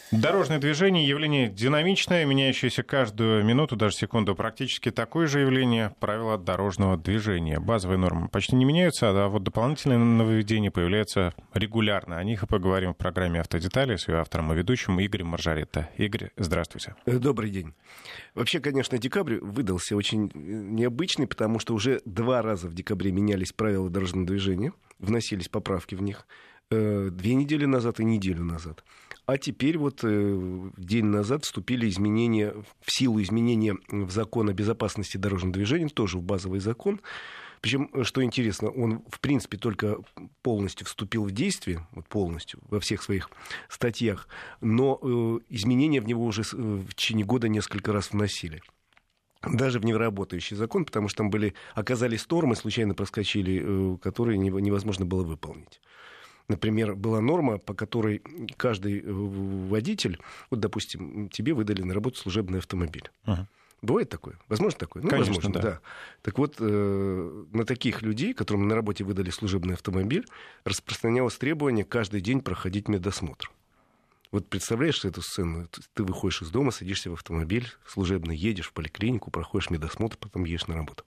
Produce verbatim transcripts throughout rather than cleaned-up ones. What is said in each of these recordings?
Дорожное движение — явление динамичное, меняющееся каждую минуту, даже секунду. Практически такое же явление — правила дорожного движения. Базовые нормы почти не меняются, а вот дополнительные нововведения появляются регулярно. О них и поговорим в программе «Автодетали» с ее автором и ведущим Игорем Маржаретто. Игорь, здравствуйте. Добрый день. Вообще, конечно, декабрь выдался очень необычный, потому что уже два раза в декабре менялись правила дорожного движения, вносились поправки в них. Две недели назад и неделю назад. А теперь вот день назад вступили изменения, в силу изменения в закон о безопасности дорожного движения, тоже в базовый закон. Причем, что интересно, он, в принципе, только полностью вступил в действие, вот полностью, во всех своих статьях, но э, изменения в него уже в течение года несколько раз вносили. Даже в неработающий закон, потому что там были, оказались нормы, случайно проскочили, э, которые невозможно было выполнить. Например, была норма, по которой каждый водитель, вот, допустим, тебе выдали на работу служебный автомобиль. Uh-huh. Бывает такое? Возможно такое? Ну, конечно, возможно, да. да. Так вот, э, на таких людей, которым на работе выдали служебный автомобиль, распространялось требование каждый день проходить медосмотр. Вот представляешь эту сцену? Ты выходишь из дома, садишься в автомобиль, служебно едешь в поликлинику, проходишь медосмотр, потом едешь на работу.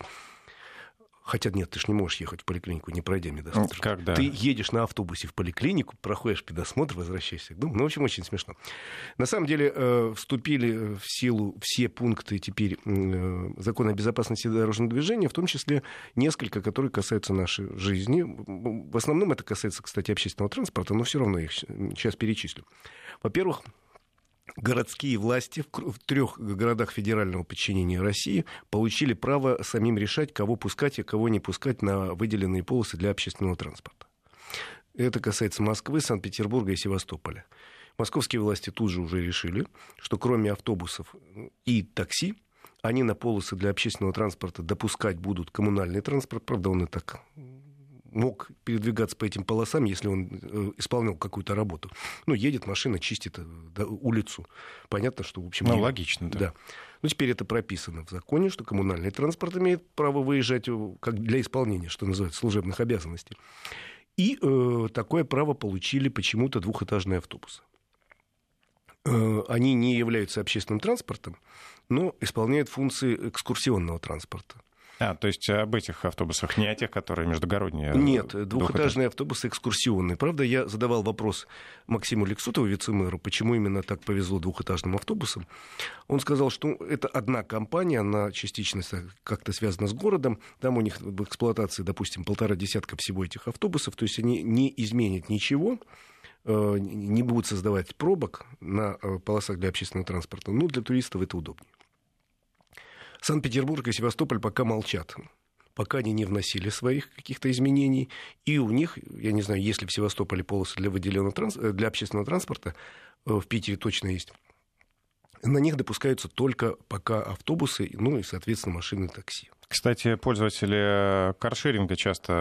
Хотя нет, ты же не можешь ехать в поликлинику, не пройдя медосмотр. Когда? Ты едешь на автобусе в поликлинику, проходишь медосмотр, возвращаешься к дому. Ну, в общем, очень смешно. На самом деле, э, вступили в силу все пункты теперь э, закона о безопасности дорожного движения, в том числе несколько, которые касаются нашей жизни. В основном это касается, кстати, общественного транспорта, но все равно я их сейчас перечислю. Во-первых, городские власти в трех городах федерального подчинения России получили право самим решать, кого пускать и кого не пускать на выделенные полосы для общественного транспорта. Это касается Москвы, Санкт-Петербурга и Севастополя. Московские власти тут же уже решили, что кроме автобусов и такси, они на полосы для общественного транспорта допускать будут коммунальный транспорт. Правда, он и так мог передвигаться по этим полосам, если он исполнял какую-то работу. Ну, едет машина, чистит да, улицу. Понятно, что, в общем... Ну, не... логично, да. да. Но теперь это прописано в законе, что коммунальный транспорт имеет право выезжать как для исполнения, что называется, служебных обязанностей. И э, такое право получили почему-то двухэтажные автобусы. Э, они не являются общественным транспортом, но исполняют функции экскурсионного транспорта. А, то есть об этих автобусах, не о тех, которые междугородние? Нет, двухэтажные автобусы экскурсионные. Правда, я задавал вопрос Максиму Лексутову, вице-мэру, почему именно так повезло двухэтажным автобусам. Он сказал, что это одна компания, она частично как-то связана с городом. Там у них в эксплуатации, допустим, полтора десятка всего этих автобусов. То есть они не изменят ничего, не будут создавать пробок на полосах для общественного транспорта. Но для туристов это удобнее. Санкт-Петербург и Севастополь пока молчат. Пока они не вносили своих каких-то изменений. И у них, я не знаю, есть ли в Севастополе полосы для, выделенного транс... для общественного транспорта, в Питере точно есть. На них допускаются только пока автобусы, ну и, соответственно, машины такси. Кстати, пользователи каршеринга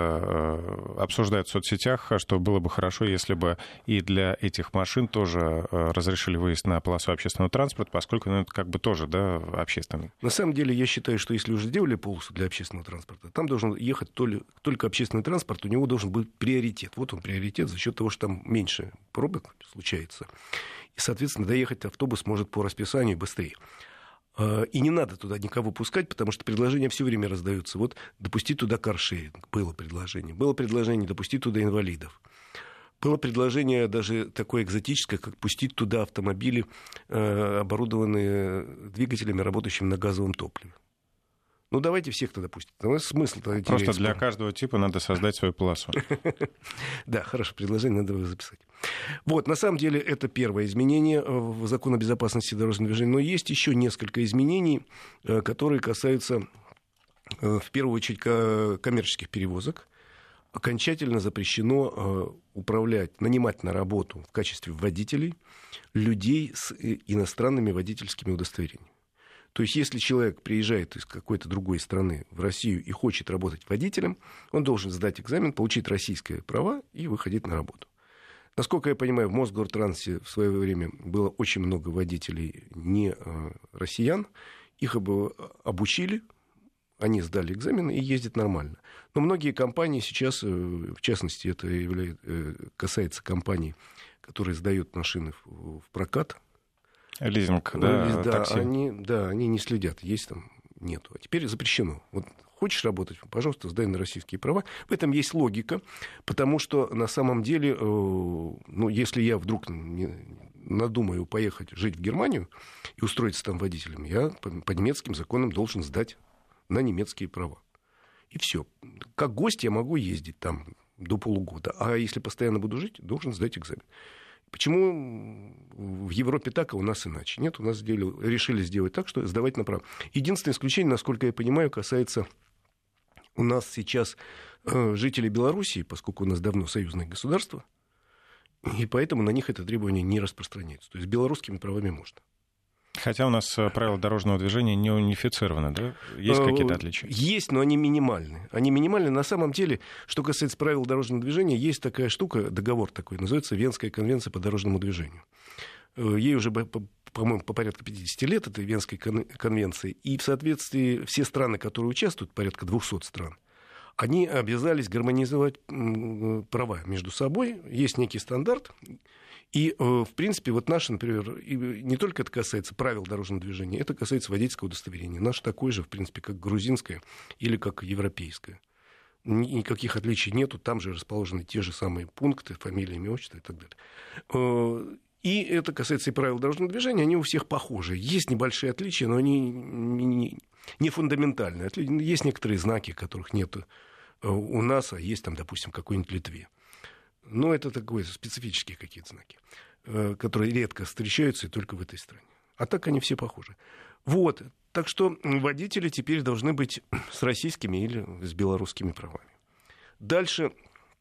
часто обсуждают в соцсетях, что было бы хорошо, если бы и для этих машин тоже разрешили выезд на полосу общественного транспорта, поскольку ну, это как бы тоже да, общественный. На самом деле, я считаю, что если уже сделали полосу для общественного транспорта, там должен ехать только общественный транспорт, у него должен быть приоритет. Вот он приоритет за счет того, что там меньше пробок случается. И, соответственно, доехать автобус может по расписанию быстрее. И не надо туда никого пускать, потому что предложения все время раздаются. Вот допустить туда каршеринг. Было предложение. Было предложение допустить туда инвалидов. Было предложение даже такое экзотическое, как пустить туда автомобили, оборудованные двигателями, работающими на газовом топливе. Ну, давайте всех тогда пустим. Смысл тогда теряется. Просто для каждого типа надо создать свою полосу. Да, хорошо, предложение надо записать. Вот, на самом деле, это первое изменение в закон о безопасности дорожного движения. Но есть еще несколько изменений, которые касаются, в первую очередь, коммерческих перевозок. Окончательно запрещено управлять, нанимать на работу в качестве водителей людей с иностранными водительскими удостоверениями. То есть, если человек приезжает из какой-то другой страны в Россию и хочет работать водителем, он должен сдать экзамен, получить российские права и выходить на работу. Насколько я понимаю, в Мосгортрансе в свое время было очень много водителей не россиян. Их обучили, они сдали экзамены и ездят нормально. Но многие компании сейчас, в частности, это является, касается компаний, которые сдают машины в прокат, Лизинг, да, да, такси. Они, да, они не следят, есть там, нету. А теперь запрещено. Вот хочешь работать, пожалуйста, сдай на российские права. В этом есть логика, потому что на самом деле, ну, если я вдруг не надумаю поехать жить в Германию и устроиться там водителем, я по, по немецким законам должен сдать на немецкие права. И все. Как гость я могу ездить там до полугода, а если постоянно буду жить, должен сдать экзамен. Почему в Европе так, а у нас иначе? Нет, у нас сделали, решили сделать так, что сдавать направо. Единственное исключение, насколько я понимаю, касается у нас сейчас э, жителей Белоруссии, поскольку у нас давно союзное государство, и поэтому на них это требование не распространяется. То есть с белорусскими правами можно. Хотя у нас правила дорожного движения не унифицированы, да? Есть какие-то отличия? Есть, но они минимальны. Они минимальны. На самом деле, что касается правил дорожного движения, есть такая штука, договор такой, называется Венская конвенция по дорожному движению. Ей уже, по-моему, по порядка пятьдесят лет, этой Венской конвенции. И в соответствии все страны, которые участвуют, порядка двухсот стран, они обязались гармонизовать права между собой. Есть некий стандарт. И, в принципе, вот наши, например, не только это касается правил дорожного движения, это касается водительского удостоверения. Наше такое же, в принципе, как грузинское или как европейское. Никаких отличий нету, там же расположены те же самые пункты, фамилия, имя, отчество и так далее. И это касается и правил дорожного движения, они у всех похожи. Есть небольшие отличия, но они не фундаментальные. Есть некоторые знаки, которых нет у нас, а есть там, допустим, какой-нибудь Литве. Но это такие специфические какие-то знаки, которые редко встречаются и только в этой стране. А так они все похожи. Вот. Так что водители теперь должны быть с российскими или с белорусскими правами. Дальше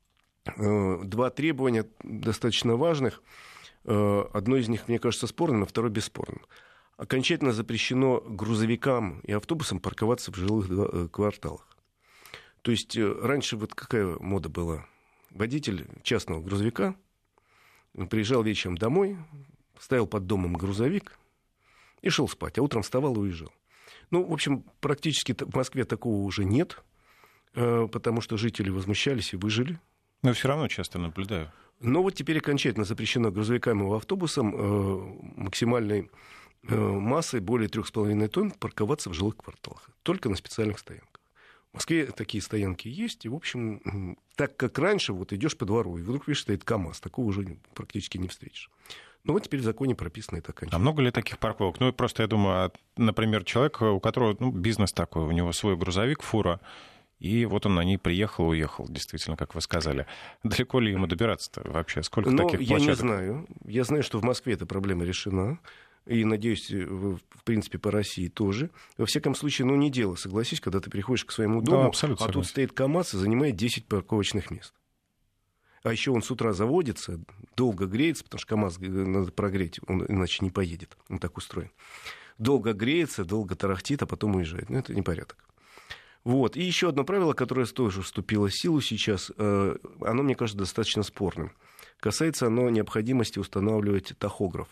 два требования достаточно важных. Одно из них, мне кажется, спорным, а второе бесспорным. Окончательно запрещено грузовикам и автобусам парковаться в жилых кварталах. То есть раньше вот какая мода была? Водитель частного грузовика приезжал вечером домой, ставил под домом грузовик и шел спать, а утром вставал и уезжал. Ну, в общем, практически в Москве такого уже нет, потому что жители возмущались и выжили. Но все равно часто наблюдаю. Но вот теперь окончательно запрещено грузовикам и автобусам максимальной массой более трех с половиной тонн парковаться в жилых кварталах, только на специальных стоянках. В Москве такие стоянки есть, и, в общем, так как раньше, вот идешь по двору, и вдруг, видишь, стоит КАМАЗ, такого уже практически не встретишь. Ну, вот теперь в законе прописано это окончательно. А много ли таких парковок? Ну, просто я думаю, например, человек, у которого ну, бизнес такой, у него свой грузовик, фура, и вот он на ней приехал, уехал, действительно, как вы сказали. Далеко ли ему добираться-то вообще? Сколько ну, таких я площадок? Я не знаю. Я знаю, что в Москве эта проблема решена. И, надеюсь, в принципе, по России тоже. Во всяком случае, ну, не дело, согласись, когда ты приходишь к своему дому, да, а согласен. Тут стоит КАМАЗ и занимает десять парковочных мест. А еще он с утра заводится, долго греется, потому что КАМАЗ надо прогреть, он иначе не поедет, он так устроен. Долго греется, долго тарахтит, а потом уезжает. Ну, это непорядок. Вот. И еще одно правило, которое тоже вступило в силу сейчас, оно, мне кажется, достаточно спорным. Касается оно необходимости устанавливать тахограф.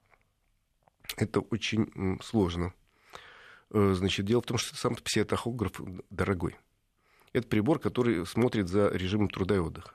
Это очень сложно. Значит, дело в том, что сам по себе тахограф дорогой. Это прибор, который смотрит за режимом труда и отдыха.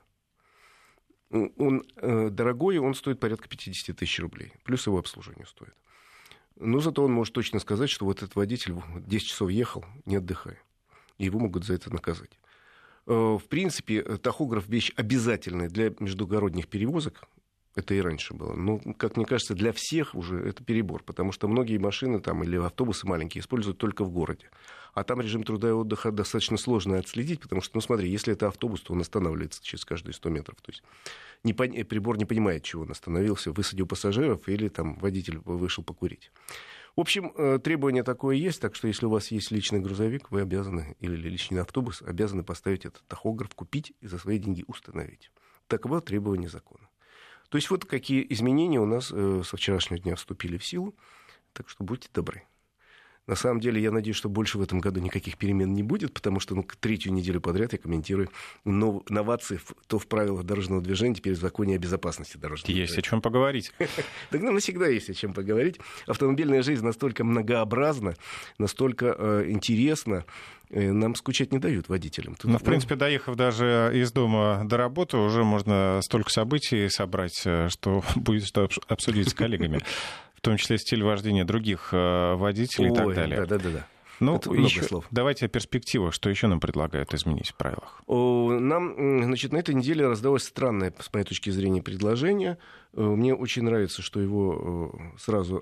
Он дорогой, он стоит порядка пятьдесят тысяч рублей. Плюс его обслуживание стоит. Но зато он может точно сказать, что вот этот водитель десять часов ехал, не отдыхая. И его могут за это наказать. В принципе, тахограф вещь обязательная для междугородних перевозок. Это и раньше было. Но, как мне кажется, для всех уже это перебор, потому что многие машины там, или автобусы маленькие используют только в городе. А там режим труда и отдыха достаточно сложно отследить, потому что, ну смотри, если это автобус, то он останавливается через каждые сто метров. То есть не пон... прибор не понимает, чего он остановился, высадил пассажиров или там водитель вышел покурить. В общем, требование такое есть, так что если у вас есть личный грузовик, вы обязаны, или личный автобус, обязаны поставить этот тахограф, купить и за свои деньги установить. Таково требование закона. То есть вот какие изменения у нас э, со вчерашнего дня вступили в силу. Так что будьте добры. На самом деле, я надеюсь, что больше в этом году никаких перемен не будет, потому что ну, третью неделю подряд я комментирую нов... новации в... то в правилах дорожного движения, теперь в законе о безопасности дорожного движения. Есть о чем поговорить. Так ну, всегда есть о чем поговорить. Автомобильная жизнь настолько многообразна, настолько э, интересна, э, нам скучать не дают водителям. Тут, ну, в принципе, ну... доехав даже из дома до работы, уже можно столько событий собрать, что будет что обсудить с коллегами. В том числе стиль вождения других водителей. Ой, и так далее. Да, да, да, да. Ну, еще, слов. Давайте о перспективах. Что еще нам предлагают изменить в правилах? Нам, значит, на этой неделе раздалось странное, с моей точки зрения, предложение. Мне очень нравится, что его сразу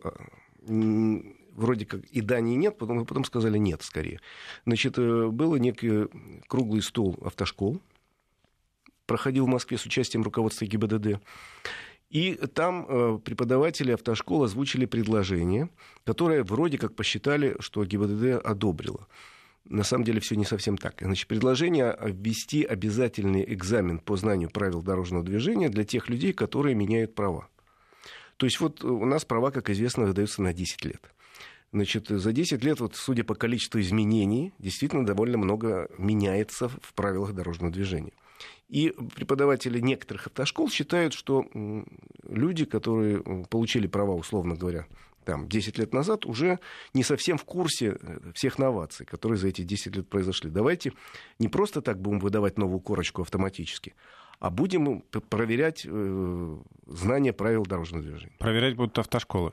вроде как и да, и нет, потом, потом сказали нет, скорее. Значит, был некий круглый стол автошкол. Проходил в Москве с участием руководства ГИБДД. И там э, преподаватели автошкол озвучили предложение, которое вроде как посчитали, что ГИБДД одобрило. На самом деле все не совсем так. Значит, предложение ввести обязательный экзамен по знанию правил дорожного движения для тех людей, которые меняют права. То есть вот у нас права, как известно, выдаются на десять лет. Значит, за десять лет, вот, судя по количеству изменений, действительно довольно много меняется в правилах дорожного движения. И преподаватели некоторых автошкол считают, что люди, которые получили права, условно говоря, там, десять лет назад, уже не совсем в курсе всех новаций, которые за эти десять лет произошли. Давайте не просто так будем выдавать новую корочку автоматически, а будем проверять э, знания правил дорожного движения. Проверять будут автошколы?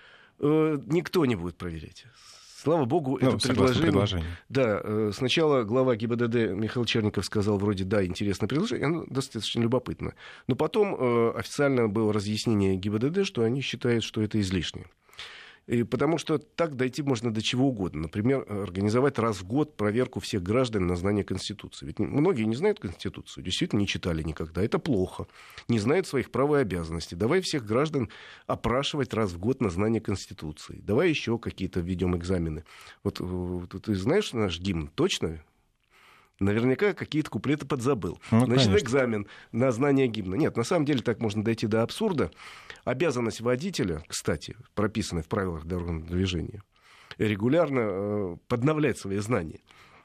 Э, никто не будет проверять. Слава богу, ну, это предложение... предложение. Да, сначала глава ГИБДД Михаил Черников сказал вроде да, интересное предложение, оно достаточно любопытно. Но потом э, официально было разъяснение ГИБДД, что они считают, что это излишнее. И потому что так дойти можно до чего угодно. Например, организовать раз в год проверку всех граждан на знание Конституции. Ведь многие не знают Конституцию, действительно не читали никогда. Это плохо. Не знают своих прав и обязанностей. Давай всех граждан опрашивать раз в год на знание Конституции. Давай еще какие-то введем экзамены. Вот, вот ты знаешь наш гимн? Точно? Наверняка какие-то куплеты подзабыл. Ну, Значит, конечно. Экзамен на знание гимна. Нет, на самом деле так можно дойти до абсурда. Обязанность водителя, кстати, прописанная в правилах дорожного движения, регулярно э, подновлять свои знания.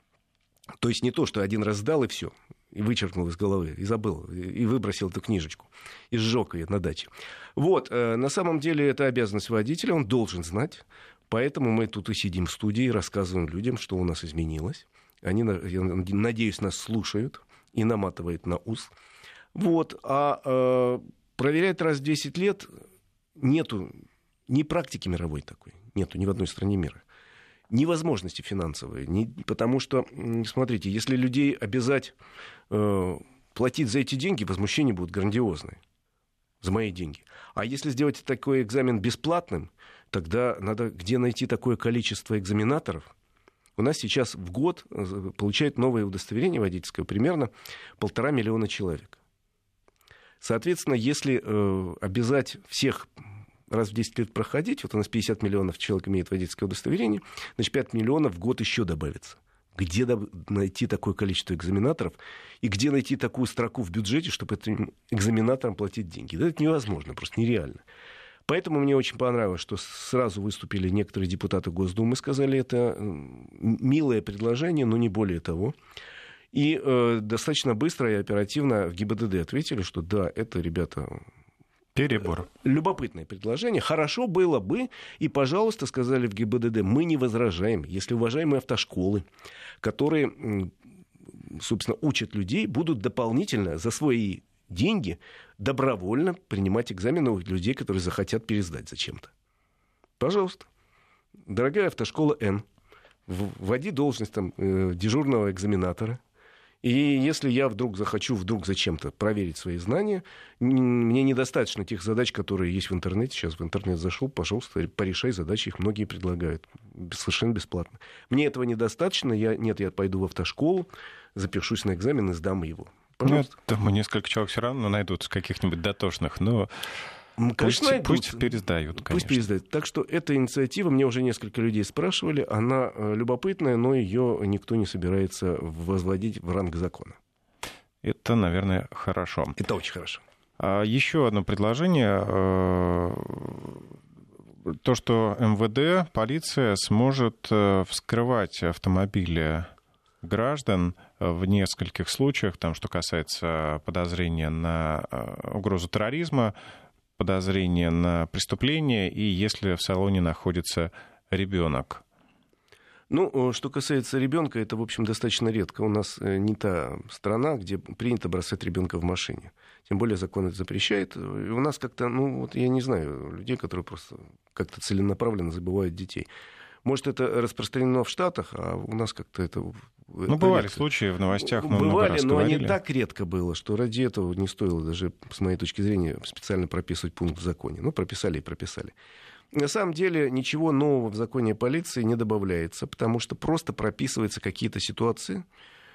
То есть не то, что один раз сдал и все, и вычеркнул из головы, и забыл, и выбросил эту книжечку, и сжег ее на даче. Вот, э, на самом деле это обязанность водителя, он должен знать. Поэтому мы тут и сидим в студии и рассказываем людям, что у нас изменилось. Они, я надеюсь, нас слушают и наматывают на ус. Вот. А э, проверять раз в десять лет нету ни практики мировой такой, нету ни в одной стране мира. Ни возможности финансовой. Ни, потому что, смотрите, если людей обязать э, платить за эти деньги, возмущения будут грандиозные. За мои деньги. А если сделать такой экзамен бесплатным, тогда надо где найти такое количество экзаменаторов. У нас сейчас в год получает новое удостоверение водительское примерно полтора миллиона человек. Соответственно, если э, обязать всех раз в десять лет проходить, вот у нас пятьдесят миллионов человек имеет водительское удостоверение, значит, пять миллионов в год еще добавится. Где найти такое количество экзаменаторов и где найти такую строку в бюджете, чтобы этим экзаменаторам платить деньги? Да это невозможно, просто нереально. Поэтому мне очень понравилось, что сразу выступили некоторые депутаты Госдумы, сказали, это милое предложение, но не более того. И э, достаточно быстро и оперативно в ГИБДД ответили, что да, это, ребята, перебор. Любопытное предложение. Хорошо было бы, и, пожалуйста, сказали в ГИБДД, мы не возражаем, если уважаемые автошколы, которые, собственно, учат людей, будут дополнительно за свои деньги добровольно принимать экзамены у людей, которые захотят пересдать зачем-то. Пожалуйста. Дорогая автошкола Н, вводи должность там, дежурного экзаменатора. И если я вдруг захочу вдруг зачем-то проверить свои знания, мне недостаточно тех задач, которые есть в интернете. Сейчас в интернет зашел, пожалуйста, порешай задачи, их многие предлагают. Совершенно бесплатно. Мне этого недостаточно. Я, нет, я пойду в автошколу, запишусь на экзамен и сдам его. Пожалуйста. Ну, там несколько человек все равно найдутся, каких-нибудь дотошных, но конечно, пусть, пусть пересдают, конечно. Пусть пересдают. Так что эта инициатива, мне уже несколько людей спрашивали, она любопытная, но ее никто не собирается возводить в ранг закона. Это, наверное, хорошо. Это очень хорошо. А еще одно предложение. То, что эм вэ дэ, полиция сможет вскрывать автомобили граждан в нескольких случаях, там, что касается подозрения на угрозу терроризма, подозрения на преступление, и если в салоне находится ребенок. Ну, что касается ребенка, это, в общем, достаточно редко. У нас не та страна, где принято бросать ребенка в машине. Тем более закон это запрещает. И у нас как-то, ну, вот я не знаю, людей, которые просто как-то целенаправленно забывают детей. Может, это распространено в Штатах, а у нас как-то это... Ну, это бывали редко. случаи в новостях, мы Бывали, много раз но говорили. они так редко было, что ради этого не стоило даже, с моей точки зрения, специально прописывать пункт в законе. Ну, прописали и прописали. На самом деле ничего нового в законе о полиции не добавляется, потому что просто прописываются какие-то ситуации,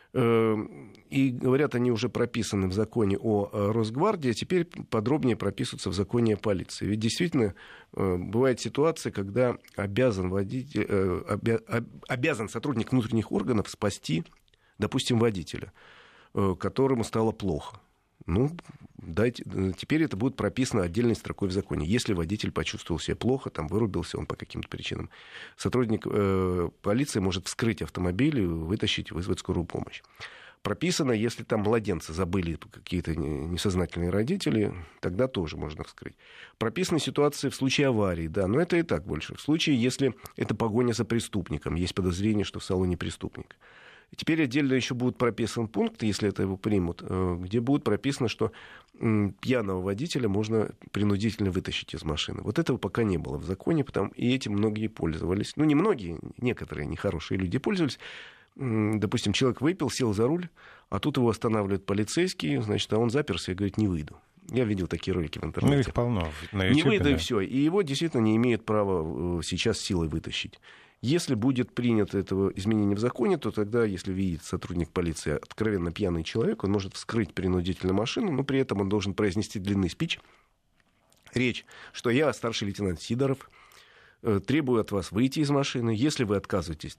и, говорят, они уже прописаны в законе о Росгвардии, а теперь подробнее прописываются в законе о полиции. Ведь действительно бывает ситуация, когда обязан, водитель, обя, обязан сотрудник внутренних органов спасти, допустим, водителя, которому стало плохо. Ну, дайте, теперь это будет прописано отдельной строкой в законе. Если водитель почувствовал себя плохо, там, вырубился он по каким-то причинам, сотрудник э, полиции может вскрыть автомобиль, вытащить, вызвать скорую помощь. Прописано, если там младенцы забыли какие-то несознательные родители, тогда тоже можно вскрыть. Прописаны ситуации в случае аварии, да, но это и так больше. В случае, если это погоня за преступником, есть подозрение, что в салоне преступник. Теперь отдельно еще будет прописан пункт, если это его примут, где будет прописано, что пьяного водителя можно принудительно вытащить из машины. Вот этого пока не было в законе, потому и этим многие пользовались. Ну, не многие, некоторые нехорошие люди пользовались. Допустим, человек выпил, сел за руль, а тут его останавливают полицейские, значит, а он заперся и говорит, не выйду. Я видел такие ролики в интернете. Ну, их полно на YouTube. Не выйду, да. И все. И его действительно не имеют права сейчас силой вытащить. Если будет принято этого изменения в законе, то тогда, если видит сотрудник полиции откровенно пьяный человек, он может вскрыть принудительно машину, но при этом он должен произнести длинный спич, речь, что я, старший лейтенант Сидоров, требую от вас выйти из машины. Если вы отказываетесь,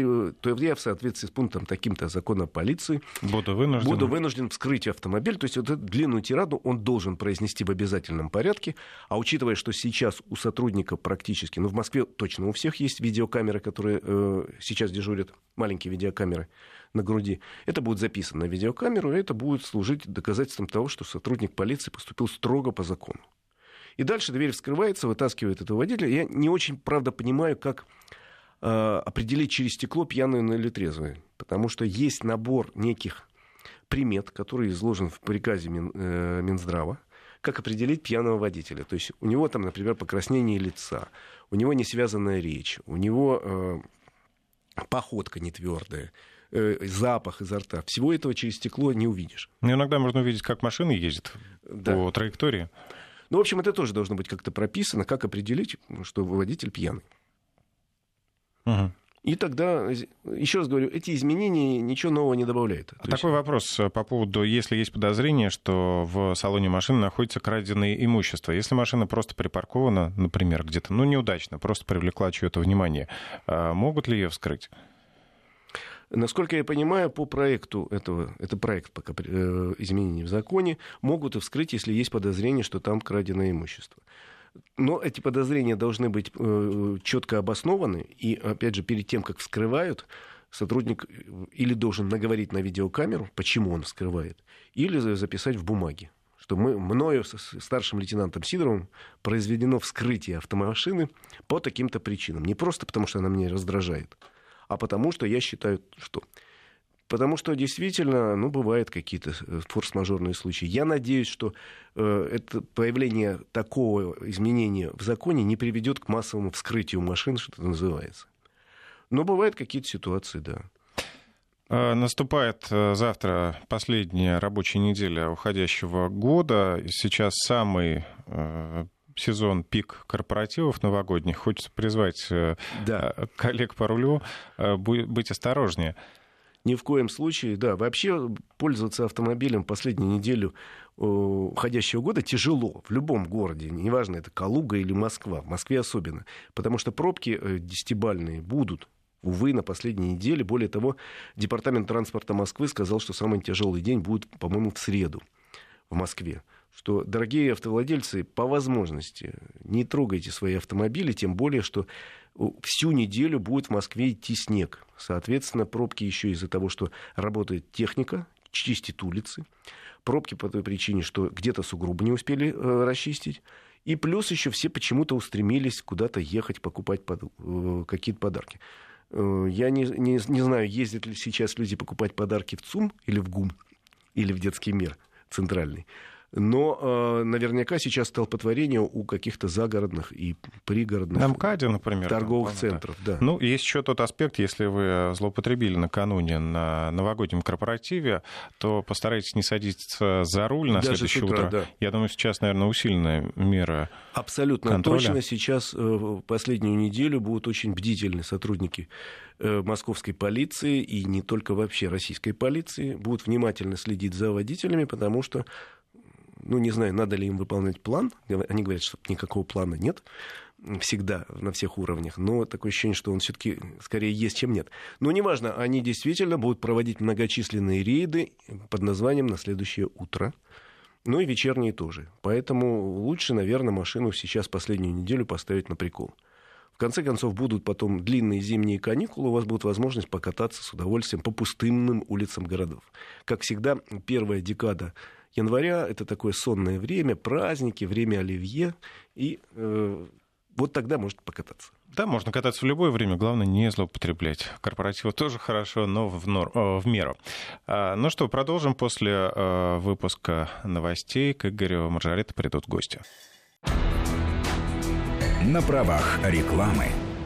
то я в соответствии с пунктом таким-то закона о полиции буду вынужден, буду вынужден вскрыть автомобиль. То есть вот эту длинную тираду он должен произнести в обязательном порядке. А учитывая, что сейчас у сотрудника практически, ну в Москве точно у всех есть видеокамеры, которые э, сейчас дежурят, маленькие видеокамеры на груди, это будет записано на видеокамеру, и это будет служить доказательством того, что сотрудник полиции поступил строго по закону. И дальше дверь вскрывается, вытаскивает этого водителя. Я не очень, правда, понимаю, как э, определить через стекло, пьяный он или трезвый. Потому что есть набор неких примет, который изложен в приказе Мин, э, Минздрава, как определить пьяного водителя. То есть у него там, например, покраснение лица, у него несвязанная речь, у него э, походка нетвердая, э, запах изо рта. Всего этого через стекло не увидишь. Но иногда можно увидеть, как машина ездит да. по траектории. Ну, в общем, это тоже должно быть как-то прописано, как определить, что водитель пьяный. Угу. И тогда, еще раз говорю, эти изменения ничего нового не добавляют. А такой есть... вопрос по поводу, если есть подозрение, что в салоне машины находится краденое имущество. Если машина просто припаркована, например, где-то, ну, неудачно, просто привлекла чье-то внимание, могут ли ее вскрыть? Насколько я понимаю, по проекту этого, это проект пока э, изменений в законе, могут и вскрыть, если есть подозрение, что там краденое имущество. Но эти подозрения должны быть э, четко обоснованы, и, опять же, перед тем, как вскрывают, сотрудник или должен наговорить на видеокамеру, почему он вскрывает, или записать в бумаге, что мы, мною, с старшим лейтенантом Сидоровым, произведено вскрытие автомашины по таким-то причинам. Не просто потому, что она меня раздражает, а потому что я считаю, что... Потому что действительно, ну, бывают какие-то форс-мажорные случаи. Я надеюсь, что э, это появление такого изменения в законе не приведет к массовому вскрытию машин, что это называется. Но бывают какие-то ситуации, да. Наступает завтра последняя рабочая неделя уходящего года. Сейчас самый... сезон пик корпоративов новогодних. Хочется призвать да. коллег по рулю быть осторожнее. Ни в коем случае, да. Вообще пользоваться автомобилем последнюю неделю уходящего года тяжело в любом городе. Неважно, это Калуга или Москва. В Москве особенно. Потому что пробки десятибалльные будут. Увы, на последней неделе. Более того, Департамент транспорта Москвы сказал, что самый тяжелый день будет, по-моему, в среду в Москве. Что, дорогие автовладельцы, по возможности не трогайте свои автомобили, тем более, что всю неделю будет в Москве идти снег. Соответственно, пробки еще из-за того, что работает техника, чистит улицы. Пробки по той причине, что где-то сугробы не успели э, расчистить. И плюс еще все почему-то устремились куда-то ехать, покупать под, э, какие-то подарки. Я не, не, не знаю, ездят ли сейчас люди покупать подарки в ЦУМ или в ГУМ, или в детский мир центральный. Но э, наверняка сейчас столпотворение у каких-то загородных и пригородных на МКАДе, например, торговых там, центров. Да. Да. Ну, есть еще тот аспект, если вы злоупотребили накануне на новогоднем корпоративе, то постарайтесь не садиться за руль на Даже следующее утра, утро. Да. Я думаю, сейчас, наверное, усиленная мера Абсолютно контроля. Точно. Сейчас э, последнюю неделю будут очень бдительны сотрудники э, московской полиции и не только вообще российской полиции. Будут внимательно следить за водителями, потому что ну, не знаю, надо ли им выполнять план. Они говорят, что никакого плана нет всегда на всех уровнях. Но такое ощущение, что он все-таки скорее есть, чем нет. Но неважно, они действительно будут проводить многочисленные рейды под названием «На следующее утро». Ну и вечерние тоже. Поэтому лучше, наверное, машину сейчас последнюю неделю поставить на прикол. В конце концов, будут потом длинные зимние каникулы, у вас будет возможность покататься с удовольствием по пустынным улицам городов. Как всегда, первая декада января — это такое сонное время, праздники, время оливье, и э, вот тогда может покататься. Да, можно кататься в любое время, главное не злоупотреблять. Корпоративы тоже хорошо, но в, нор... в меру. А, ну что, продолжим после а, выпуска новостей. К Игорю Маржаретто придут гости. На правах рекламы.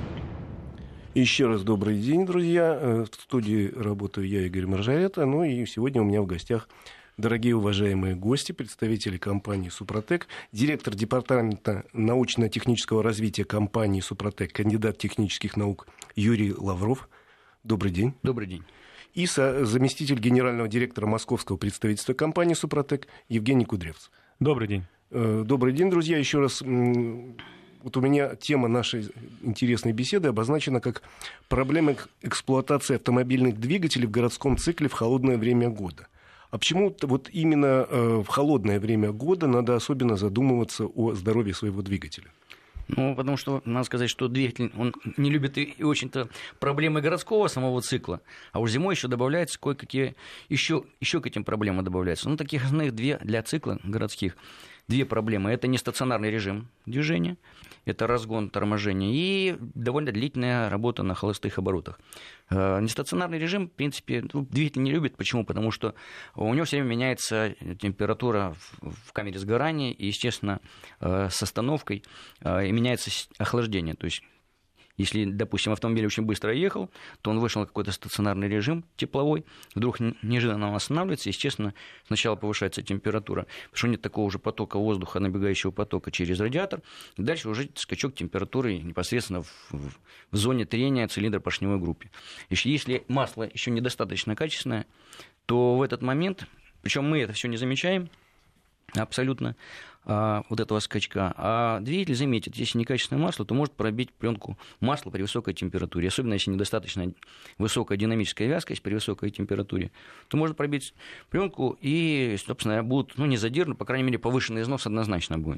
Еще раз добрый день, друзья. В студии работаю я, Игорь Маржаретто. Ну и сегодня у меня в гостях дорогие уважаемые гости, представители компании «Супротек», директор департамента научно-технического развития компании «Супротек», кандидат технических наук Юрий Лавров. Добрый день. Добрый день. И заместитель генерального директора московского представительства компании «Супротек» Евгений Кудревцев. Добрый день. Добрый день, друзья. Еще раз, вот у меня тема нашей интересной беседы обозначена как проблема эксплуатации автомобильных двигателей в городском цикле в холодное время года. А почему вот именно в холодное время года надо особенно задумываться о здоровье своего двигателя? Ну, потому что, надо сказать, что двигатель, он не любит и, и очень-то проблемы городского самого цикла, а уж зимой еще добавляются кое-какие, еще, еще к этим проблемам добавляются. Ну, таких основных две для цикла городских. Две проблемы. Это нестационарный режим движения, это разгон, торможение и довольно длительная работа на холостых оборотах. Нестационарный режим, в принципе, двигатель не любит. Почему? Потому что у него все время меняется температура в камере сгорания, и, естественно, с остановкой и меняется охлаждение. То есть, если, допустим, автомобиль очень быстро ехал, то он вышел на какой-то стационарный режим тепловой, вдруг неожиданно он останавливается, естественно, сначала повышается температура, потому что нет такого же потока воздуха, набегающего потока через радиатор, и дальше уже скачок температуры непосредственно в, в, в зоне трения цилиндра поршневой группы. Если масло еще недостаточно качественное, то в этот момент, причем мы это все не замечаем, абсолютно, а, вот этого скачка. А двигатель заметит, если некачественное масло, то может пробить пленку масла при высокой температуре. Особенно если недостаточно высокая динамическая вязкость при высокой температуре, то может пробить пленку и, собственно, будут, ну, не задержаны, по крайней мере, повышенный износ однозначно будет.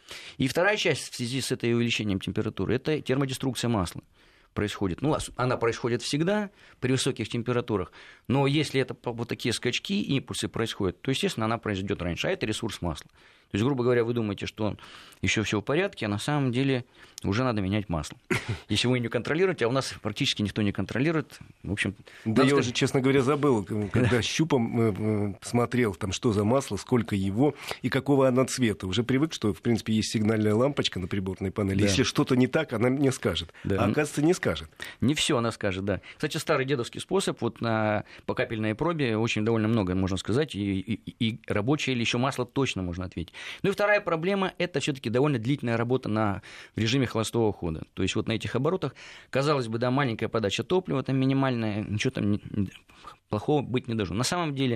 И вторая часть в связи с этой увеличением температуры – это термодеструкция масла. Происходит. Ну, она происходит всегда при высоких температурах, но если это вот такие скачки, импульсы происходят, то, естественно, она произойдет раньше, а это ресурс масла. То есть, грубо говоря, вы думаете, что он еще все в порядке, а на самом деле уже надо менять масло. Если вы не контролируете, а у нас практически никто не контролирует, в общем... Да, я сказать... уже, честно говоря, забыл, когда щупом смотрел, там, что за масло, сколько его и какого оно цвета. Уже привык, что, в принципе, есть сигнальная лампочка на приборной панели. Да. Если что-то не так, она мне скажет. Да. А оказывается, не скажет. Не все она скажет, да. Кстати, старый дедовский способ, вот на, по капельной пробе очень довольно много, можно сказать, и, и, и рабочее или еще масло точно можно ответить. Ну и вторая проблема – это все-таки довольно длительная работа на, в режиме холостого хода. То есть вот на этих оборотах, казалось бы, да, маленькая подача топлива, там минимальная, ничего там не, плохого быть не должно. На самом деле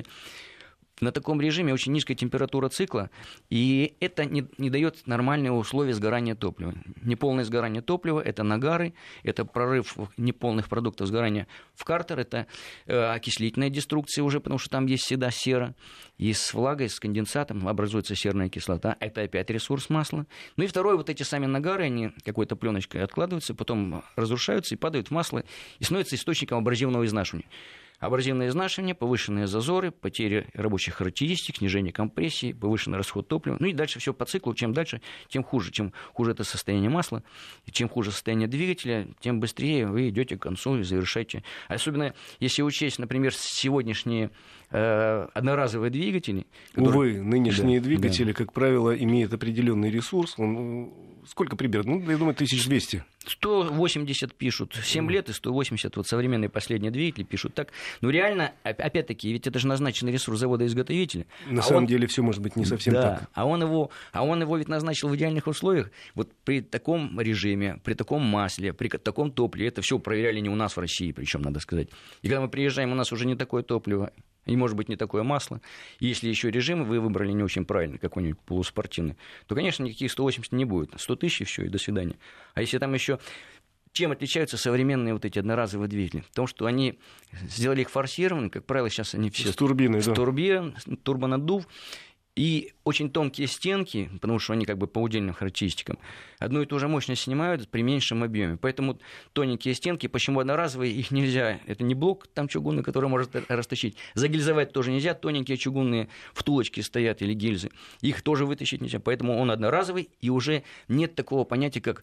на таком режиме очень низкая температура цикла, и это не, не дает нормальные условия сгорания топлива. Неполное сгорание топлива – это нагары, это прорыв неполных продуктов сгорания в картер, это э, окислительная деструкция уже, потому что там есть всегда сера, и с влагой, с конденсатом образуется серная кислота, это опять ресурс масла. Ну и второе, вот эти сами нагары, они какой-то пленочкой откладываются, потом разрушаются и падают в масло, и становятся источником абразивного изнашивания. Абразивное изнашивание, повышенные зазоры, потери рабочих характеристик, снижение компрессии, повышенный расход топлива. Ну и дальше все по циклу. Чем дальше, тем хуже. Чем хуже это состояние масла, чем хуже состояние двигателя, тем быстрее вы идете к концу и завершаете. Особенно если учесть, например, сегодняшние э, одноразовые двигатели. Которые... Увы, нынешние да, двигатели, да. как правило, имеют определенный ресурс. Он... Сколько примерно? Ну, я думаю, тысяч двести. сто восемьдесят пишут, семь лет и сто восемьдесят, вот современные последние двигатели пишут так. Но реально, опять-таки, ведь это же назначенный ресурс завода-изготовителя. На а самом он... деле все может быть не совсем да, так. А он, его, а он его ведь назначил в идеальных условиях. Вот при таком режиме, при таком масле, при таком топливе, это все проверяли не у нас в России, причем, надо сказать. И когда мы приезжаем, у нас уже не такое топливо, и, может быть, не такое масло. И если еще режим вы выбрали не очень правильно, какой-нибудь полуспортивный, то, конечно, никаких сто восемьдесят не будет. сто тысяч и все, и до свидания. А если там еще... Чем отличаются современные вот эти одноразовые двигатели? В том, что они сделали их форсированными, как правило, сейчас они все... С турбиной, с да. турбиной, турбонаддув. И очень тонкие стенки, потому что они как бы по удельным характеристикам, одну и ту же мощность снимают при меньшем объеме. Поэтому тоненькие стенки, почему одноразовые, их нельзя. Это не блок там чугунный, который может растащить. Загильзовать тоже нельзя. Тоненькие чугунные втулочки стоят или гильзы. Их тоже вытащить нельзя. Поэтому он одноразовый, и уже нет такого понятия, как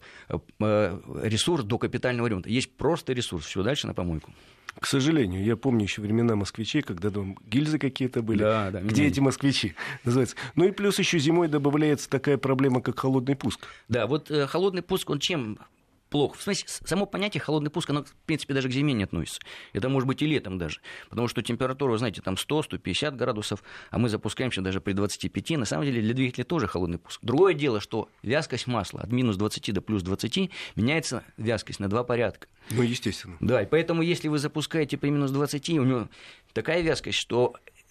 ресурс до капитального ремонта. Есть просто ресурс. Все, дальше на помойку. К сожалению, я помню еще времена москвичей, когда там гильзы какие-то были. Да, да, где меня... эти москвичи? Называется. Ну и плюс еще зимой добавляется такая проблема, как холодный пуск. Да, вот э, холодный пуск, он чем плохо? В смысле, само понятие холодный пуск, оно, в принципе, даже к зиме не относится. Это может быть и летом даже. Потому что температура, вы знаете, там сто - сто пятьдесят градусов, а мы запускаемся даже при двадцати пяти. На самом деле для двигателя тоже холодный пуск. Другое дело, что вязкость масла от минус двадцати до плюс двадцати меняется вязкость на два порядка. Ну, естественно. Да, и поэтому, если вы запускаете при минус двадцати, у него такая вязкость, что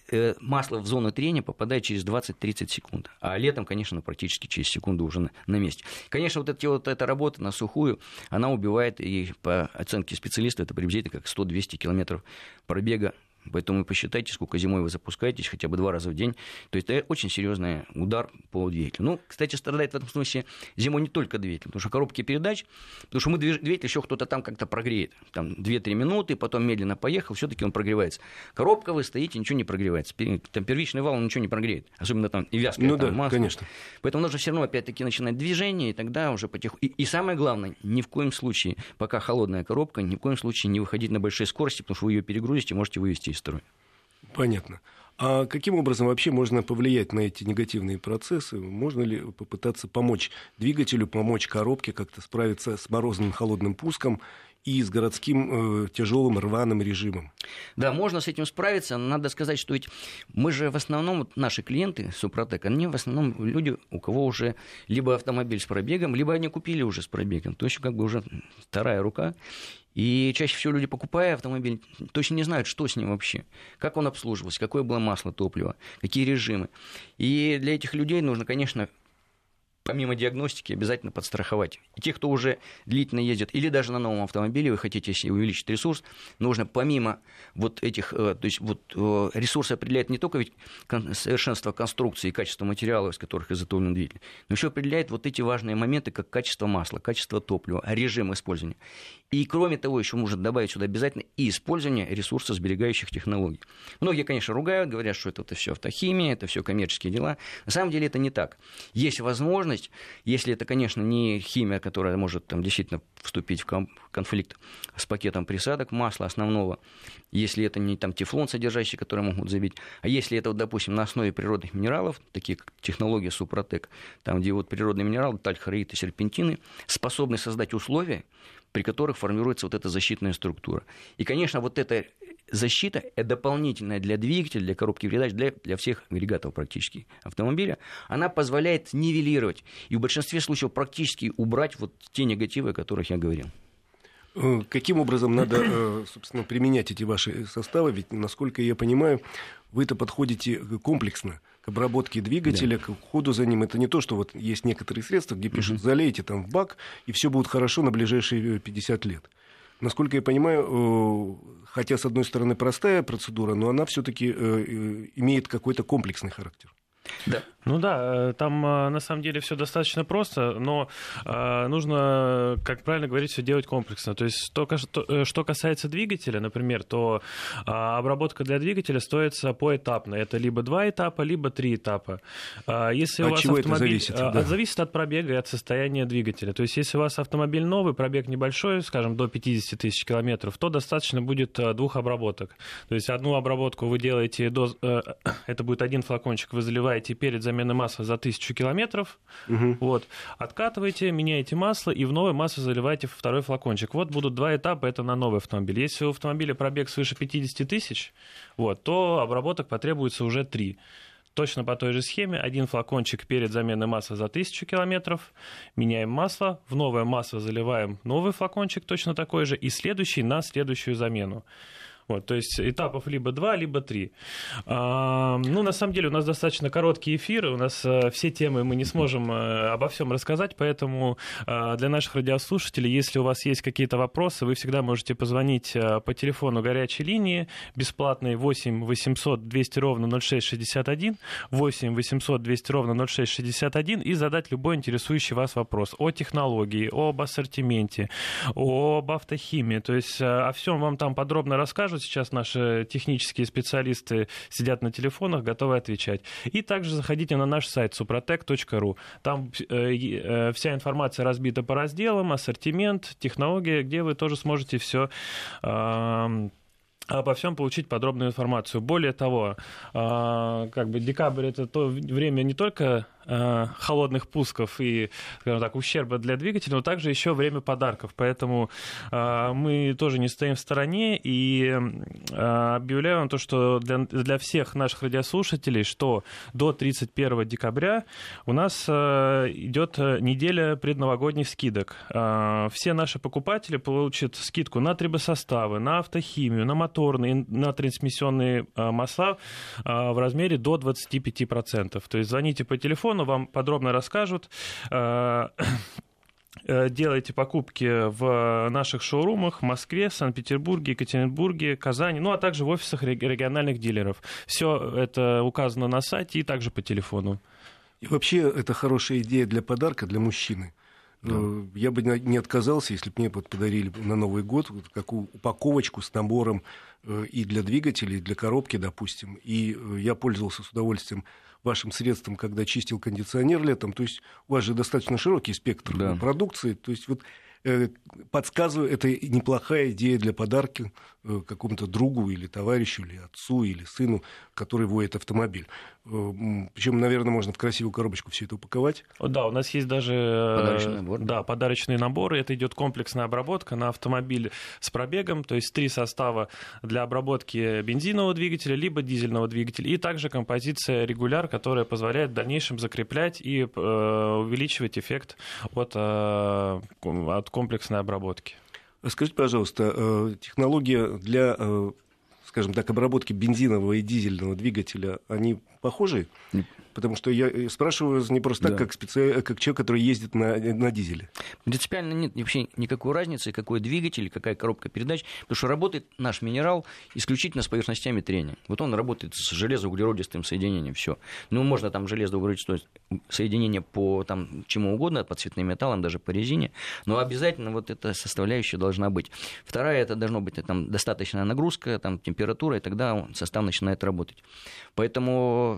масло в зону трения попадает через двадцать-тридцать секунд. А летом, конечно, практически через секунду уже на, на месте. Конечно, вот, эти, вот эта работа на сухую, она убивает, и по оценке специалиста, это приблизительно как сто-двести километров пробега. Поэтому посчитайте, сколько зимой вы запускаетесь, хотя бы два раза в день. То есть это очень серьезный удар по двигателю. Ну, кстати, страдает в этом смысле зимой не только двигатель, потому что коробки передач, потому что мы двигатель еще кто-то там как-то прогреет. Там две-три минуты, потом медленно поехал, все-таки он прогревается. Коробка, вы стоите, ничего не прогревается. Там первичный вал, он ничего не прогреет. Особенно там и вязкое ну, там, да, масло. Конечно. Поэтому нужно все равно опять-таки начинать движение, и тогда уже потихоньку. И, и самое главное, ни в коем случае, пока холодная коробка, ни в коем случае не выходить на большие скорости, потому что вы ее перегрузите, можете вывести из строя. Понятно. А каким образом вообще можно повлиять на эти негативные процессы? Можно ли попытаться помочь двигателю, помочь коробке как-то справиться с морозным холодным пуском и с городским э, тяжелым рваным режимом? Да, можно с этим справиться. Но надо сказать, что ведь мы же в основном, вот наши клиенты Супротек, они в основном люди, у кого уже либо автомобиль с пробегом, либо они купили уже с пробегом. То есть как бы уже вторая рука. И чаще всего люди, покупая автомобиль, точно не знают, что с ним вообще, как он обслуживался, какое было масло, топливо, какие режимы. И для этих людей нужно, конечно, помимо диагностики, обязательно подстраховать. И тех, кто уже длительно ездит, или даже на новом автомобиле, вы хотите себе увеличить ресурс, нужно помимо вот этих, то есть вот ресурсы определяет не только ведь совершенство конструкции и качество материалов, из которых изготовлен двигатель, но еще определяет вот эти важные моменты, как качество масла, качество топлива, режим использования. И кроме того, еще можно добавить сюда обязательно и использование ресурсосберегающих технологий. Многие, конечно, ругают, говорят, что это, это все автохимия, это все коммерческие дела. На самом деле это не так. Есть возможность, если это, конечно, не химия, которая может там, действительно вступить в конфликт с пакетом присадок масла основного, если это не там, тефлон содержащий, который могут забить, а если это, вот, допустим, на основе природных минералов, такие как технология Супротек, там, где вот природные минералы, таль, хлорид и серпентины, способны создать условия, при которых формируется вот эта защитная структура. И, конечно, вот эта защита дополнительная для двигателя, для коробки передач, для, для всех агрегатов практически автомобиля, она позволяет нивелировать и в большинстве случаев практически убрать вот те негативы, о которых я говорил. Каким образом надо, собственно, применять эти ваши составы? Ведь, насколько я понимаю, вы-то подходите комплексно к обработке двигателя, да, к уходу за ним. Это не то, что вот есть некоторые средства, где пишут, залейте там в бак, и все будет хорошо на ближайшие пятьдесят лет. Насколько я понимаю, хотя, с одной стороны, простая процедура, но она все-таки имеет какой-то комплексный характер. Да. Ну да, там на самом деле все достаточно просто, но э, нужно, как правильно говорить, все делать комплексно. То есть то, что касается двигателя, например, то э, обработка для двигателя стоится поэтапно. Это либо два этапа, либо три этапа. Э, если от у вас чего автомобиль, это зависит? Э, да. зависит от пробега и от состояния двигателя. То есть если у вас автомобиль новый, пробег небольшой, скажем, до пятьдесят тысяч километров, то достаточно будет двух обработок. То есть одну обработку вы делаете, до, э, это будет один флакончик, вы заливаете перед заменой масла за тысячу километров, угу. вот, откатываете, меняете масло и в новое масло заливаете второй флакончик. Вот будут два этапа, это на новый автомобиль. Если у автомобиля пробег свыше пятьдесят тысяч, вот, то обработок потребуется уже три. Точно по той же схеме, один флакончик перед заменой масла за тысячу километров, меняем масло, в новое масло заливаем новый флакончик точно такой же и следующий на следующую замену. Вот, то есть этапов либо два, либо три. А, ну, на самом деле, у нас достаточно короткие эфиры, у нас а, все темы мы не сможем а, обо всем рассказать, поэтому а, для наших радиослушателей, если у вас есть какие-то вопросы, вы всегда можете позвонить а, по телефону горячей линии, бесплатной восемь восемьсот двести ровно ноль шесть шестьдесят один, восемь восемьсот двести ровно ноль шесть шестьдесят один и задать любой интересующий вас вопрос о технологии, об ассортименте, об автохимии, то есть а, о всем вам там подробно расскажут. Сейчас наши технические специалисты сидят на телефонах, готовы отвечать. И также заходите на наш сайт супротек точка ру. Там э, э, вся информация разбита по разделам, ассортимент, технология, где вы тоже сможете все... Э, обо всем получить подробную информацию. Более того, э, как бы декабрь — это то время не только э, холодных пусков и, скажем так, ущерба для двигателя, но также еще время подарков. Поэтому э, мы тоже не стоим в стороне и э, объявляю вам то, что для, для всех наших радиослушателей, что до тридцать первого декабря у нас э, идет неделя предновогодних скидок. Э, все наши покупатели получат скидку на трибосоставы, на автохимию, на мотор, на трансмиссионные масла в размере до двадцать пять процентов. То есть звоните по телефону, вам подробно расскажут. Делайте покупки в наших шоурумах в Москве, Санкт-Петербурге, Екатеринбурге, Казани, ну а также в офисах региональных дилеров. Все это указано на сайте и также по телефону. И вообще это хорошая идея для подарка для мужчины. Да. Я бы не отказался, если бы мне подарили на Новый год какую упаковочку с набором и для двигателя, и для коробки, допустим. И я пользовался с удовольствием вашим средством, когда чистил кондиционер летом. То есть у вас же достаточно широкий спектр да. продукции. То есть вот подсказываю, это неплохая идея для подарка какому-то другу или товарищу, или отцу, или сыну, который водит автомобиль. Причем, наверное, можно в красивую коробочку все это упаковать. Да, у нас есть даже подарочный набор. Да, подарочные наборы. Это идет комплексная обработка на автомобиль с пробегом, то есть три состава для обработки бензинового двигателя, либо дизельного двигателя, и также композиция регуляр, которая позволяет в дальнейшем закреплять и э, увеличивать эффект от, э, от комплексной обработки. Скажите, пожалуйста, технология для, скажем так, обработки бензинового и дизельного двигателя, они похожи? Потому что я спрашиваю не просто так, да. как, специ... как человек, который ездит на, на дизеле. Принципиально нет вообще никакой разницы, какой двигатель, какая коробка передач, потому что работает наш минерал исключительно с поверхностями трения. Вот он работает с железоуглеродистым соединением, все. Ну, можно там железоуглеродистое соединение по там, чему угодно, по цветным металлам, даже по резине, но обязательно вот эта составляющая должна быть. Вторая, это должна быть там, достаточная нагрузка, там, температура, и тогда состав начинает работать. Поэтому...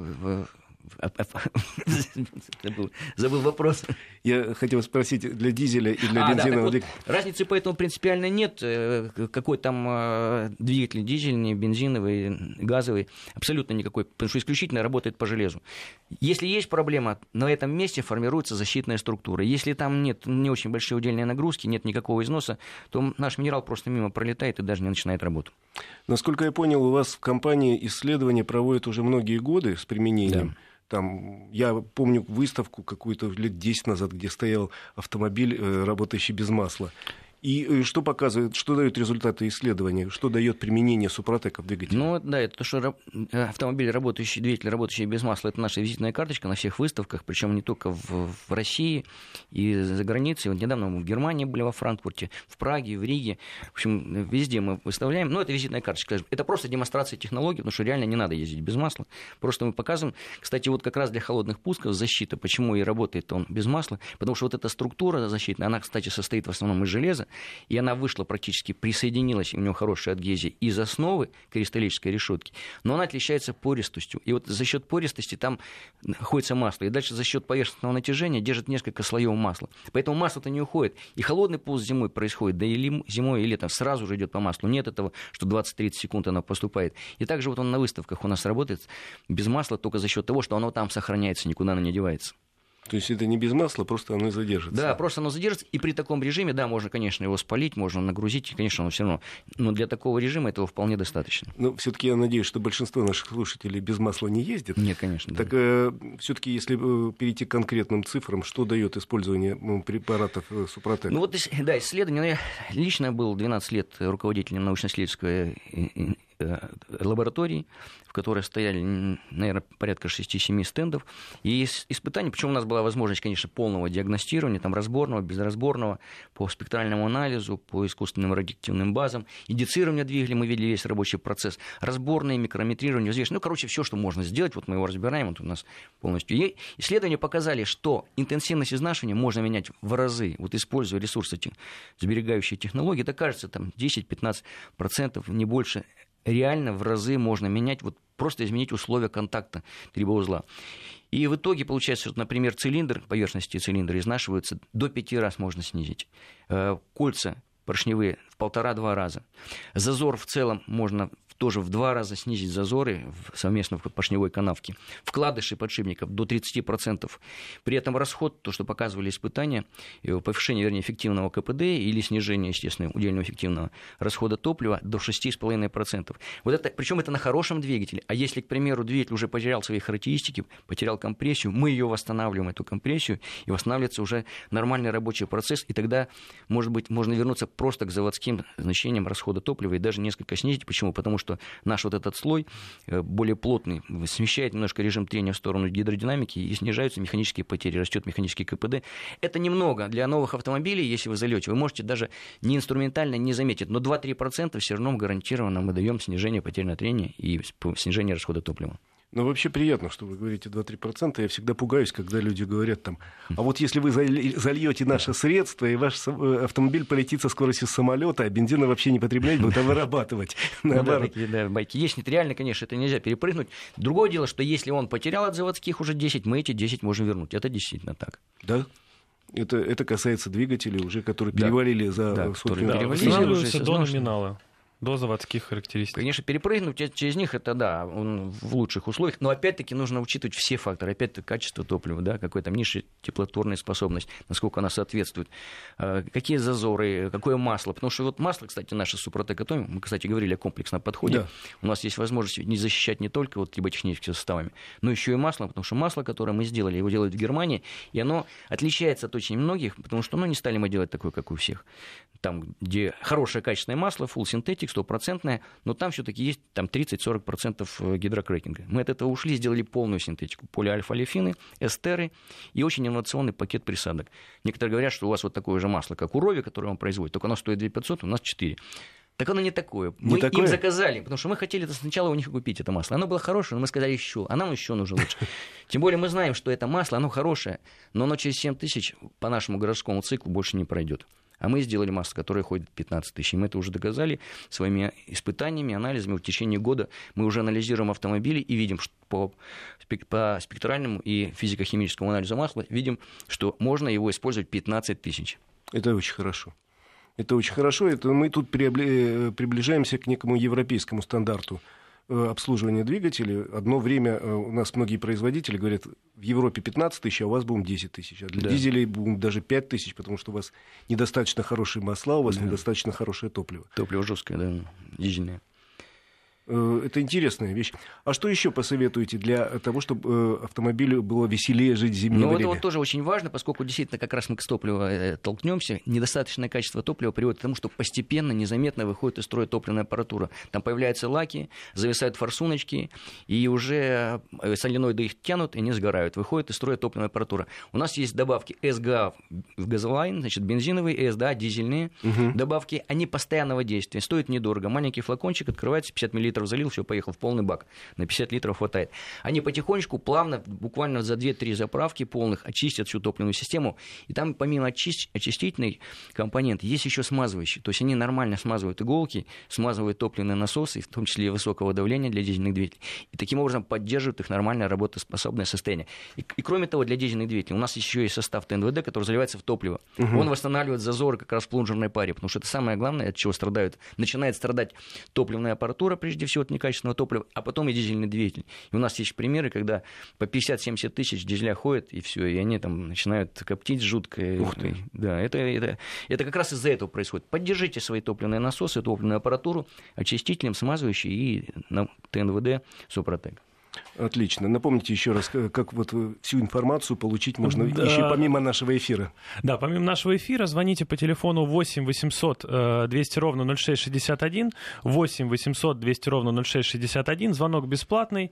Забыл, забыл вопрос. Я хотел спросить, для дизеля и для а, бензинового да, двигателя... Вот, разницы поэтому принципиально нет. Какой там двигатель дизельный, бензиновый, газовый, абсолютно никакой, потому что исключительно работает по железу. Если есть проблема, на этом месте формируется защитная структура. Если там нет не очень большие удельные нагрузки, нет никакого износа, то наш минерал просто мимо пролетает и даже не начинает работу. Насколько я понял, у вас в компании исследования проводят уже многие годы с применением. Да. Там, я помню выставку какую-то лет десять назад, где стоял автомобиль, работающий без масла. И что показывает, что дают результаты исследования, что дает применение Супротека в двигателе? Ну, да, это то, что автомобиль, работающий, двигатель, работающий без масла, это наша визитная карточка на всех выставках, причем не только в, в России и за границей. Вот недавно мы в Германии были, во Франкфурте, в Праге, в Риге. В общем, везде мы выставляем. Но это визитная карточка. Это просто демонстрация технологий, потому что реально не надо ездить без масла. Просто мы показываем. Кстати, вот как раз для холодных пусков защита, почему и работает он без масла, потому что вот эта структура защитная, она, кстати, состоит в основном из железа, и она вышла практически, присоединилась, у него хорошая адгезия, из основы кристаллической решетки, но она отличается пористостью. И вот за счет пористости там находится масло, и дальше за счет поверхностного натяжения держит несколько слоев масла. Поэтому масло-то не уходит. И холодный пуск зимой происходит, да и зимой, и летом сразу же идет по маслу. Нет этого, что двадцать-тридцать секунд оно поступает. И также вот он на выставках у нас работает без масла только за счет того, что оно там сохраняется, никуда оно не девается. То есть это не без масла, просто оно задержится. Да, просто оно задержится, и при таком режиме, да, можно, конечно, его спалить, можно нагрузить, конечно, оно все равно. Но для такого режима этого вполне достаточно. Но все-таки я надеюсь, что большинство наших слушателей без масла не ездят. Нет, конечно. Так да. э, все-таки, если перейти к конкретным цифрам, что дает использование препаратов Супротек? Ну вот, да, исследование. Я лично был двенадцать лет руководителем научно-исследовательской лаборатории, в которой стояли, наверное, порядка шесть-семь стендов. И испытания, причем у нас была возможность, конечно, полного диагностирования, там, разборного, безразборного, по спектральному анализу, по искусственным радиоактивным базам, индицирование двигателя, мы видели весь рабочий процесс, разборное, микрометрирование, взвешивание, ну, короче, все, что можно сделать, вот мы его разбираем, вот у нас полностью. И исследования показали, что интенсивность изнашивания можно менять в разы, вот используя ресурсы, сберегающие технологии, это кажется, там, десять-пятнадцать процентов, не больше. Реально в разы можно менять, вот просто изменить условия контакта трибоузла. И в итоге получается, что, например, цилиндр, поверхности цилиндра изнашиваются до пяти раз можно снизить. Кольца поршневые в полтора-два раза. Зазор в целом можно тоже в два раза снизить зазоры совместно в поршневой канавке. Вкладыши подшипников до тридцать процентов. При этом расход, то, что показывали испытания, повышение, вернее, эффективного КПД или снижение, естественно, удельного эффективного расхода топлива до шесть целых пять десятых процента. Вот это, причем это на хорошем двигателе. А если, к примеру, двигатель уже потерял свои характеристики, потерял компрессию, мы ее восстанавливаем, эту компрессию, и восстанавливается уже нормальный рабочий процесс, и тогда, может быть, можно вернуться просто к заводским значениям расхода топлива и даже несколько снизить. Почему? Потому что что наш вот этот слой более плотный смещает немножко режим трения в сторону гидродинамики и снижаются механические потери, растет механический КПД. Это немного для новых автомобилей, если вы зальете, вы можете даже не инструментально не заметить, но два-три процента все равно гарантированно мы даем снижение потерь на трение и снижение расхода топлива. Ну, вообще приятно, что вы говорите два-три процента. Я всегда пугаюсь, когда люди говорят там, а вот если вы зальете наше средство, и ваш автомобиль полетит со скоростью самолета, а бензина вообще не потреблять будет, а вырабатывать. Ну, да, такие, да, байки есть. Нет, реально, конечно, это нельзя перепрыгнуть. Другое дело, что если он потерял от заводских уже десять, мы эти десять можем вернуть. Это действительно так. Да? Это, это касается двигателей, уже, которые перевалили да. за да, сотню. Да, восстанавливаются до номинала. До заводских характеристик. Конечно, перепрыгнуть через них, это да, он в лучших условиях, но опять-таки нужно учитывать все факторы. Опять-таки качество топлива, да, какая там низшая теплотворная способность, насколько она соответствует, какие зазоры, какое масло. Потому что вот масло, кстати, наше Супротек Атоми, мы, кстати, говорили о комплексном подходе. Да. У нас есть возможность не защищать не только вот триботехническими составами, но еще и маслом, потому что масло, которое мы сделали, его делают в Германии, и оно отличается от очень многих, потому что ну, не стали мы делать такое, как у всех. Там, где хорошее качественное масло, full synthetic, стопроцентное, но там все-таки есть там, тридцать-сорок процентов гидрокрекинга. Мы от этого ушли, сделали полную синтетику. Полиальфа-олефины, эстеры и очень инновационный пакет присадок. Некоторые говорят, что у вас вот такое же масло, как у Рови, которое он производит, только оно стоит две тысячи пятьсот, у нас четыре. Так оно не такое. Не мы такое? Им заказали, потому что мы хотели это сначала у них купить, это масло. Оно было хорошее, но мы сказали еще, а нам еще нужно лучше. Тем более мы знаем, что это масло, оно хорошее, но оно через семь тысяч по нашему городскому циклу больше не пройдет. А мы сделали масло, которое ходит пятнадцать тысяч. И мы это уже доказали своими испытаниями, анализами. В течение года мы уже анализируем автомобили и видим, что по, по спектральному и физико-химическому анализу масла, видим, что можно его использовать пятнадцать тысяч. Это очень хорошо. Это очень хорошо. Это мы тут приближаемся к некому европейскому стандарту обслуживания двигателей. Одно время у нас многие производители говорят, в Европе пятнадцать тысяч, а у вас будем десять тысяч. А для да. дизелей будем даже пять тысяч, потому что у вас недостаточно хорошие масла, у вас да. недостаточно хорошее топливо. Топливо жесткое, да, дизельное. Это интересная вещь. А что еще посоветуете для того, чтобы автомобилю было веселее жить в зимнее ну, время? Это вот тоже очень важно, поскольку действительно как раз мы к топливу толкнемся. Недостаточное качество топлива приводит к тому, что постепенно, незаметно выходит из строя топливная аппаратура. Там появляются лаки, зависают форсуночки, и уже соленоиды их тянут, и они сгорают. Выходит из строя топливная аппаратура. У нас есть добавки эс гэ а в газолайн, значит, бензиновые, эс дэ а, дизельные угу. добавки. Они постоянного действия, стоят недорого. Маленький флакончик открывается, пятьдесят миллилитров залил, все, поехал в полный бак. На пятьдесят литров хватает. Они потихонечку, плавно, буквально за две-три заправки полных очистят всю топливную систему. И там помимо очист... очистительной компоненты есть еще смазывающие. То есть они нормально смазывают иголки, смазывают топливные насосы, в том числе и высокого давления для дизельных двигателей. И таким образом поддерживают их нормальное работоспособное состояние. И, и кроме того, для дизельных двигателей у нас еще есть состав тэ эн вэ дэ, который заливается в топливо. Угу. Он восстанавливает зазоры как раз в плунжерной паре, потому что это самое главное, от чего страдают. Начинает страдать топливная аппаратура, прежде всего от некачественного топлива, а потом и дизельный двигатель. И у нас есть примеры, когда по пятьдесят-семьдесят тысяч дизеля ходят, и все, и они там начинают коптить жутко. Ух ты. Да, это, это, это как раз из-за этого происходит. Поддержите свои топливные насосы, топливную аппаратуру очистителем, смазывающей и на тэ эн вэ дэ Супротек. Отлично. Напомните еще раз, как вот всю информацию получить можно да. еще помимо нашего эфира. Да, помимо нашего эфира звоните по телефону восемь восемьсот двести ровно ноль шесть шестьдесят один, восемь восемьсот двести ровно ноль шесть шестьдесят один, звонок бесплатный.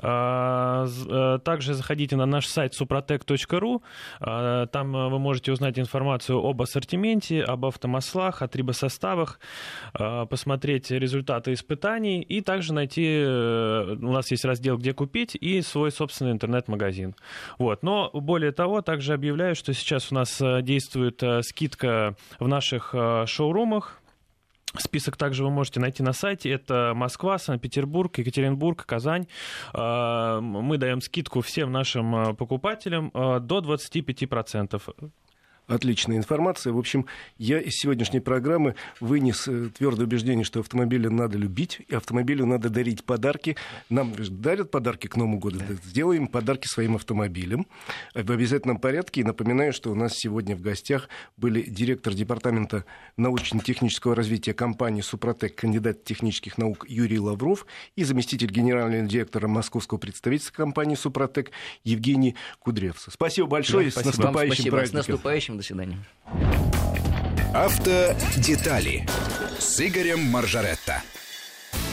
Также заходите на наш сайт супротек точка ру, там вы можете узнать информацию об ассортименте, об автомаслах, о трибосоставах, посмотреть результаты испытаний и также найти, у нас есть раздел «Где купить» и свой собственный интернет-магазин. Вот. Но более того, также объявляю, что сейчас у нас действует скидка в наших шоурумах. Список также вы можете найти на сайте. Это Москва, Санкт-Петербург, Екатеринбург, Казань. Мы даем скидку всем нашим покупателям до двадцать пять процентов. Отличная информация. В общем, я из сегодняшней программы вынес твердое убеждение, что автомобили надо любить, и автомобилю надо дарить подарки. Нам дарят подарки к Новому году, да. Сделаем подарки своим автомобилям в обязательном порядке. И напоминаю, что у нас сегодня в гостях были директор департамента научно-технического развития компании «Супротек», кандидат технических наук Юрий Лавров и заместитель генерального директора московского представительства компании «Супротек» Евгений Кудрявцев. Спасибо большое. Да, спасибо. С наступающим спасибо. праздником. С наступающим. До свидания. Автодетали с Игорем Маржаретто.